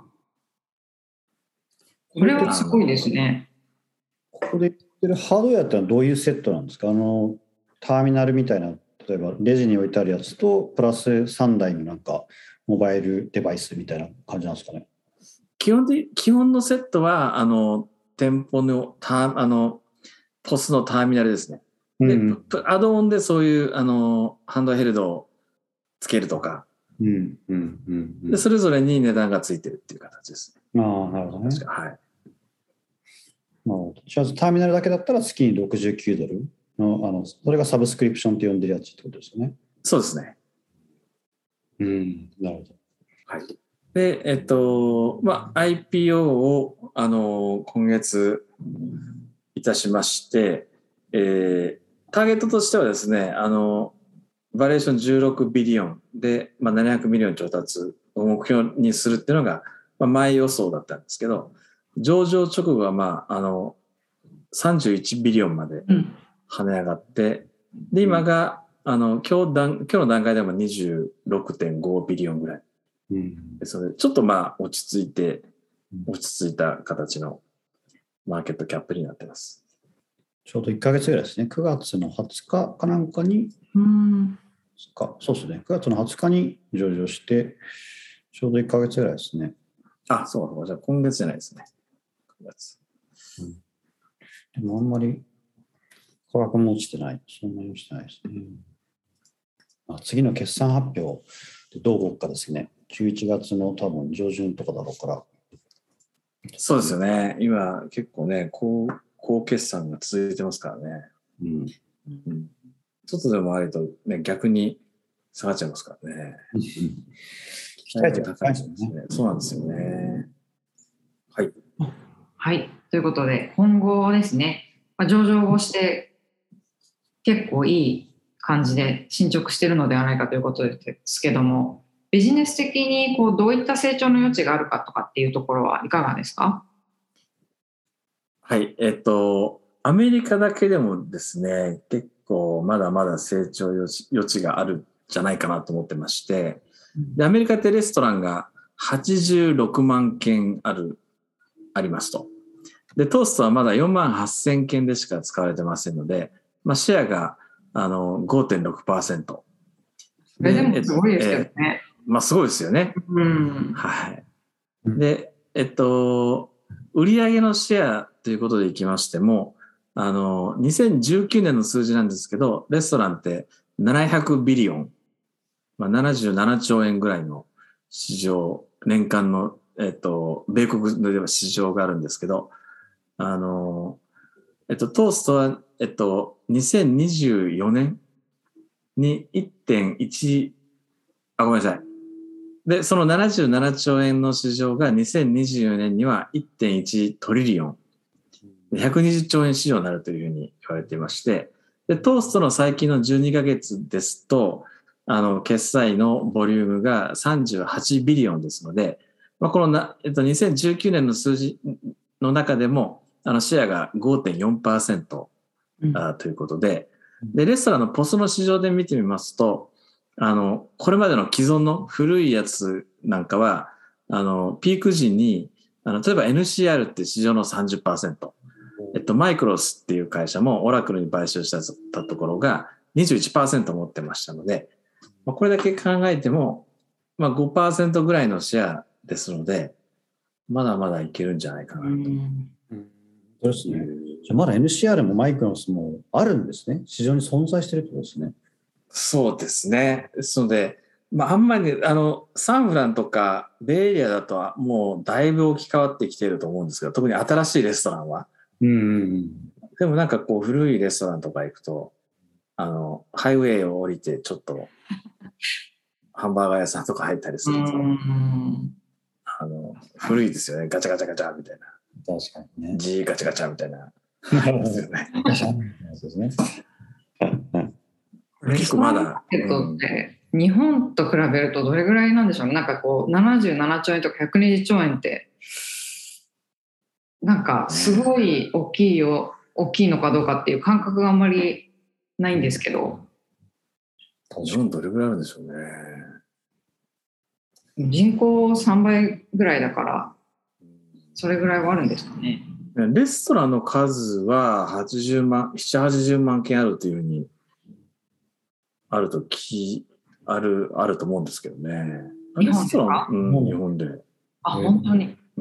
これはすごいですね。 ここで言ってるハードウェアってのはどういうセットなんですか？あのターミナルみたいな、例えばレジに置いてあるやつとプラスさんだいのなんかモバイルデバイスみたいな感じなんですかね？ 基本的基本のセットはあの店舗のタあのポスのターミナルですね。で、うん、アドオンでそういうあのハンドヘルドをつけるとか、うんうんうんうん、でそれぞれに値段がついてるっていう形ですね。ああ、なるほどね。 はい。 なるほど。じゃあターミナルだけだったら月にろくじゅうきゅうドルの、あのそれがサブスクリプションって呼んでるやつってことですよね。 そうですね。 うん、なるほど。 はい。で、えっと、まあ、アイピーオー を、あの、今月いたしまして、えー、ターゲットとしてはですね、あの、バリエーションじゅうろくビリオンで、まあ、ななひゃくミリオン調達を目標にするっていうのが、まあ、前予想だったんですけど、上場直後は、まあ、あの、さんじゅういちビリオンまで跳ね上がって、うん、で、今が、あの、今日段、今日の段階でも にじゅうろくてんごビリオンぐらい。うん、ですので、ちょっとまあ、落ち着いて、落ち着いた形のマーケットキャップになってます。 ちょうどいっかげつぐらいですね。くがつのはつかかなんかに、うんかそうですね。くがつのはつかに上場して、ちょうどいっかげつぐらいですね。 あ、そうそう。じゃあ今月じゃないですね。くがつ。 うん、でもあんまり価格も落ちてない。そんなに落ちてないですね。まあ、次の決算発表でどう動くかですね。じゅういちがつの多分上旬とかだろうから。 そうですよね。今結構ね、高、高決算が続いてますからね。うんうん、ちょっとでもあると、ね、逆に下がっちゃいますからね。期待値が高いですよね。そうなんですよね。はい。 はい。ということで、今後ですね、まあ、上場をして結構いい感じで進捗しているのではないかということですけども、ビジネス的にこうどういった成長の余地があるかとかっていうところはいかがですか？ はい。えっと、アメリカだけでもですね、結構まだまだ成長余地、余地があるんじゃないかなと思ってまして、でアメリカってレストランがはちじゅうろくまんけんある、ありますと。で、トーストはまだよんまんはっせんけんでしか使われてませんので、まあ、シェアがあの ごてんろくパーセント。 それでもすごいですよね。えー、まあすごいですよね。うん、はい。で、えっと、売上のシェアということでいきましても、あの、にせんじゅうきゅうねんの数字なんですけど、レストランってななひゃくビリオン、まあ、ななじゅうななちょうえんぐらいの市場、年間の、えっと、米国では市場があるんですけど、あの、えっと、トーストは、えっと、にせんにじゅうよねんに いってんいち、あ、ごめんなさい。で、そのななじゅうななちょうえんの市場がにせんにじゅうよねんには いってんいちトリリオン、ひゃくにじゅっちょうえん市場になるというふうに言われていまして、で、トーストの最近のじゅうにかげつですと、あの、決済のボリュームがさんじゅうはちビリオンですので、まあ、このな、えっと、にせんじゅうきゅうねんの数字の中でも、あの、シェアが ごてんよんパーセント、うん、あということで、で、レストランのポスの市場で見てみますと、あの、これまでの既存の古いやつなんかは、あの、ピーク時に、あの、例えば エヌシーアール って市場の さんじゅっパーセント。 えっと、マイクロスっていう会社もオラクルに買収したところが にじゅういちパーセント 持ってましたので、まあ、これだけ考えても、まあ、ごパーセント ぐらいのシェアですので、まだまだいけるんじゃないかなと。うんそうですね。じゃまだ エヌシーアール もマイクロスもあるんですね。市場に存在してるってことですね。 そうですね。ですので、まあ、あんまりあのサンフランとかベイエリアだとはもうだいぶ置き換わってきていると思うんですけど、特に新しいレストランは。 うんうんうん、 でもなんかこう古いレストランとか行くと、あのハイウェイを降りてちょっとハンバーガー屋さんとか入ったりすると、あの古いですよね。ガチャガチャガチャみたいな。 確かにね。 G ガチャガチャみたいな。ですよね。 そうですね。 結構まだ。 えっとって日本と比べるとどれぐらいなんでしょうね。なんかこうななじゅうななちょうえんとかひゃくにじゅっちょうえんってなんかすごい大きいよ大きいのかどうかっていう感覚があんまりないんですけど。 日本どれぐらいあるんでしょうね。 人口さんばいぐらいだからそれぐらいはあるんですかね。 レストランの数ははちじゅうまん、ななじゅう、はちじゅうまんけんあるというふうにあるときあるあると思うんですけどね。 日本ですか？ うん、日本で。 あ、本当に。 うん、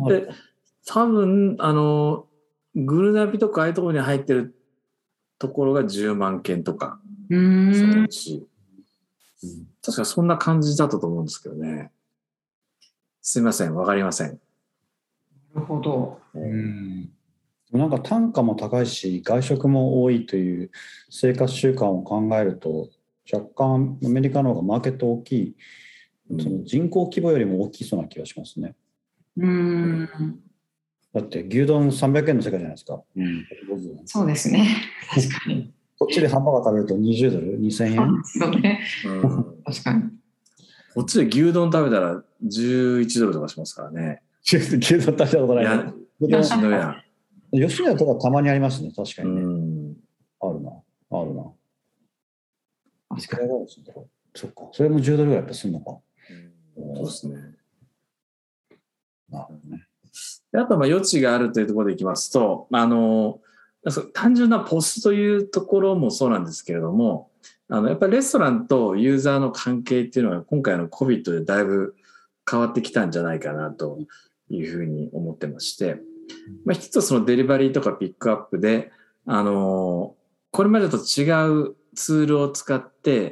で、多分あのグルナビとかああいうところに入ってるところがじゅうまんけんとか、 うーん、 そのうち、うん、確かそんな感じだったと思うんですけどね。すいません、わかりません。 なるほど。 うんなんか単価も高いし外食も多いという生活習慣を考えると若干アメリカの方がマーケット大きい、うん、その人口規模よりも大きそうな気がしますね。 うーんだって牛丼さんびゃくえんの世界じゃないですか。うん、 そうですね。確かに。 こっちでハンバーガー食べるとにじゅうドル、にせんえん。 そうですよね。うん、確かに。 こっちで牛丼食べたらじゅういちドルとかしますからね。 牛丼食べたことない。 や吉野家。 吉野家とかたまにありますね、確かにね。 うん、 あるな、あるな。いくらぐらいするんだろう。そっか、それもじゅうドルぐらいやっぱするのか。 うん、そうですね。 なるほどね。 あとまあ余地があるというところでいきますと、あの単純なポスというところもそうなんですけれども、あのやっぱりレストランとユーザーの関係っていうのは今回の コビッド でだいぶ変わってきたんじゃないかなというふうに思ってまして、まあ、一つそのデリバリーとかピックアップで、あのこれまでと違うツールを使って、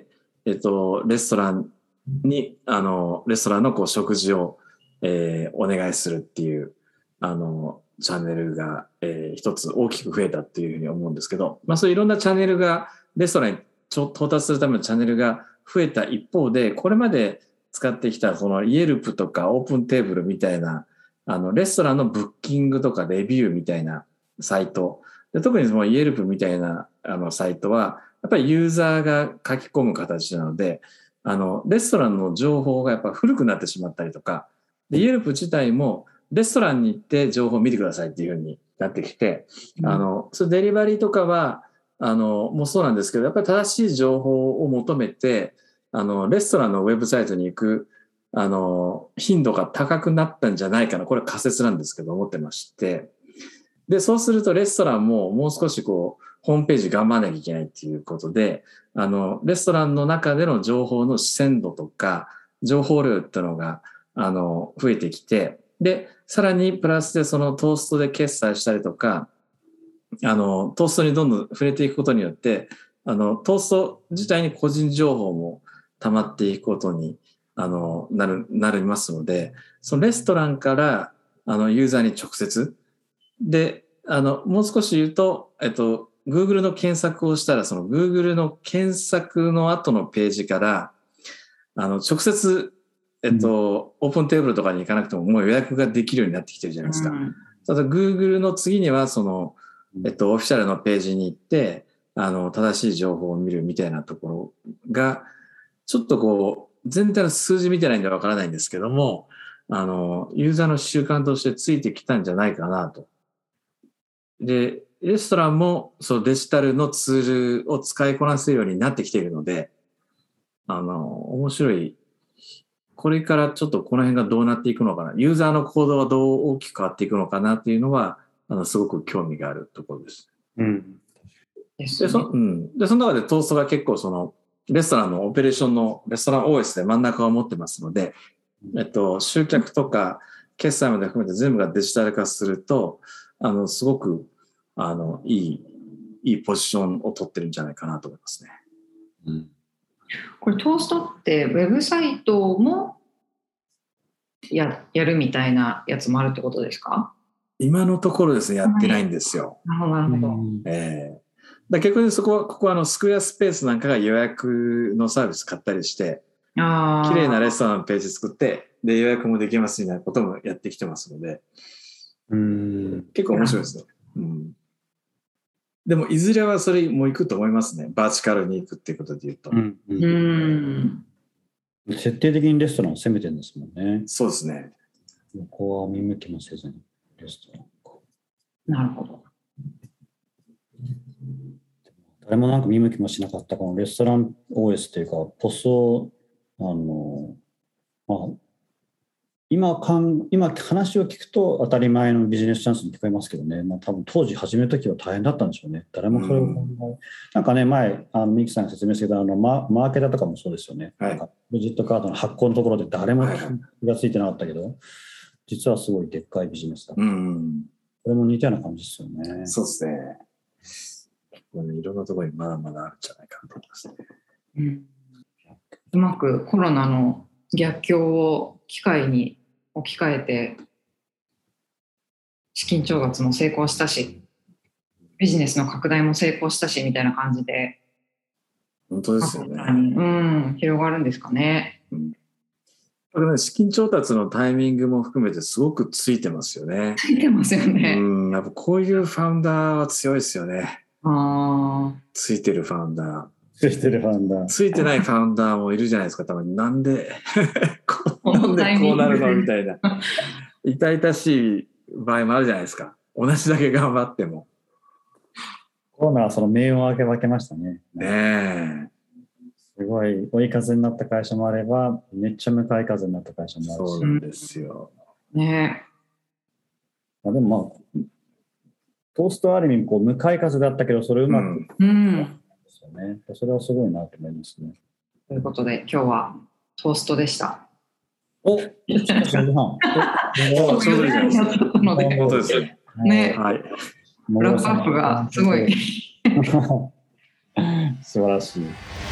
えっと、レストランにあのレストランのこう食事を、えー、お願いするっていうあのチャンネルが、えー、一つ大きく増えたっていうふうに思うんですけど、まあ、そういういろんなチャンネルがレストランに到達するためのチャンネルが増えた一方で、これまで使ってきたこのイエルプとかオープンテーブルみたいなあのレストランのブッキングとかレビューみたいなサイトで、特にそのイエルプみたいなあのサイトはやっぱりユーザーが書き込む形なので、あのレストランの情報がやっぱ古くなってしまったりとかで、イエルプ自体もレストランに行って情報を見てくださいっていう風になってきて、うん、あのそれデリバリーとかはあのもうそうなんですけど、やっぱり正しい情報を求めてあのレストランのウェブサイトに行くあの頻度が高くなったんじゃないかな、これは仮説なんですけど思ってまして、でそうするとレストランももう少しこうホームページ頑張らなきゃいけないっていうことで、あのレストランの中での情報の鮮度とか情報量っていうのがあの増えてきて、でさらにプラスでそのトーストで決済したりとか、あのトーストにどんどん触れていくことによってあのトースト自体に個人情報も溜まっていくことにあのなるなりますので、そのレストランからあのユーザーに直接で、あのもう少し言うと、えっと、Google の検索をしたら、その Google の検索の後のページからあの直接、えっとうん、オープンテーブルとかに行かなくてももう予約ができるようになってきてるじゃないですか。うん、ただ Google の次にはその、えっと、オフィシャルのページに行ってあの正しい情報を見るみたいなところがちょっとこう全体の数字見てないんでわからないんですけども、あのユーザーの習慣としてついてきたんじゃないかなと。でレストランもそのデジタルのツールを使いこなせるようになってきているので、あの面白い。これからちょっとこの辺がどうなっていくのかな、ユーザーの行動はどう大きく変わっていくのかなっていうのはあのすごく興味があるところです。 うんでそうん、でその中でトーストが結構そのレストランのオペレーションのレストラン オーエス で真ん中を持ってますので、えっと、集客とか決済まで含めて全部がデジタル化するとあのすごくあのいいいいポジションを取ってるんじゃないかなと思いますね。 うん、 これトーストってウェブサイトも や, やるみたいなやつもあるってことですか？ 今のところですねやってないんですよ。 なるほどなるほど。 えーだ逆にそこはここはあのスクエアスペースなんかが予約のサービス買ったりしてあ綺麗なレストランのページ作ってで予約もできますみたいなこともやってきてますので、 うん結構面白いですね。うん、でもいずれはそれも行くと思いますね。バーチカルに行くっていうことで言うと、 うんうん、うん徹底的にレストランを攻めてるんですもんね。 そうですね。 ここは見向きもせずにレストランか。 なるほど。 誰もなんか見向きもしなかったこのレストラン オーエス というかポスをあの、まあ、今かん今話を聞くと当たり前のビジネスチャンスに聞こえますけどね、まあ、多分当時始めるときは大変だったんでしょうね。誰もそれを考え、うん、なんかね前あのミキさんが説明してたあの マ, マーケターとかもそうですよね、 はい、 クレジットカードの発行のところで誰も気がついてなかったけど、はいはい、実はすごいでっかいビジネスだった、うん、これも似たような感じですよね。 そうですね。いろんなところにまだまだあるんじゃないかと思いますね。 うん、うまくコロナの逆境を機会に置き換えて資金調達も成功したしビジネスの拡大も成功したしみたいな感じで本当ですよね、 うん、広がるんですかね。 うん、これね資金調達のタイミングも含めてすごくついてますよね。 ついてますよね。 うんやっぱこういうファウンダーは強いですよね。 あついてるファウンダーついてるファウンダーついてないファウンダーもいるじゃないですか。たまになんでなんでこうなるのみたいな痛々しい場合もあるじゃないですか。同じだけ頑張っても。 コロナはその命運を分け分けましたね。 ねえすごい追い風になった会社もあればめっちゃ向かい風になった会社もあるし。 そうなんですよ、 ねえ、でもまあトーストはある意味こう向かい風だったけどそれうまく、 うんうんですよね、それはすごいなと思いますね。 ということで今日はトーストでした。 お、ちょっとご飯。 ちょうどいいじゃないですか。本当ですね。 ね、 はい。 ラップアップがすごい素晴らしい。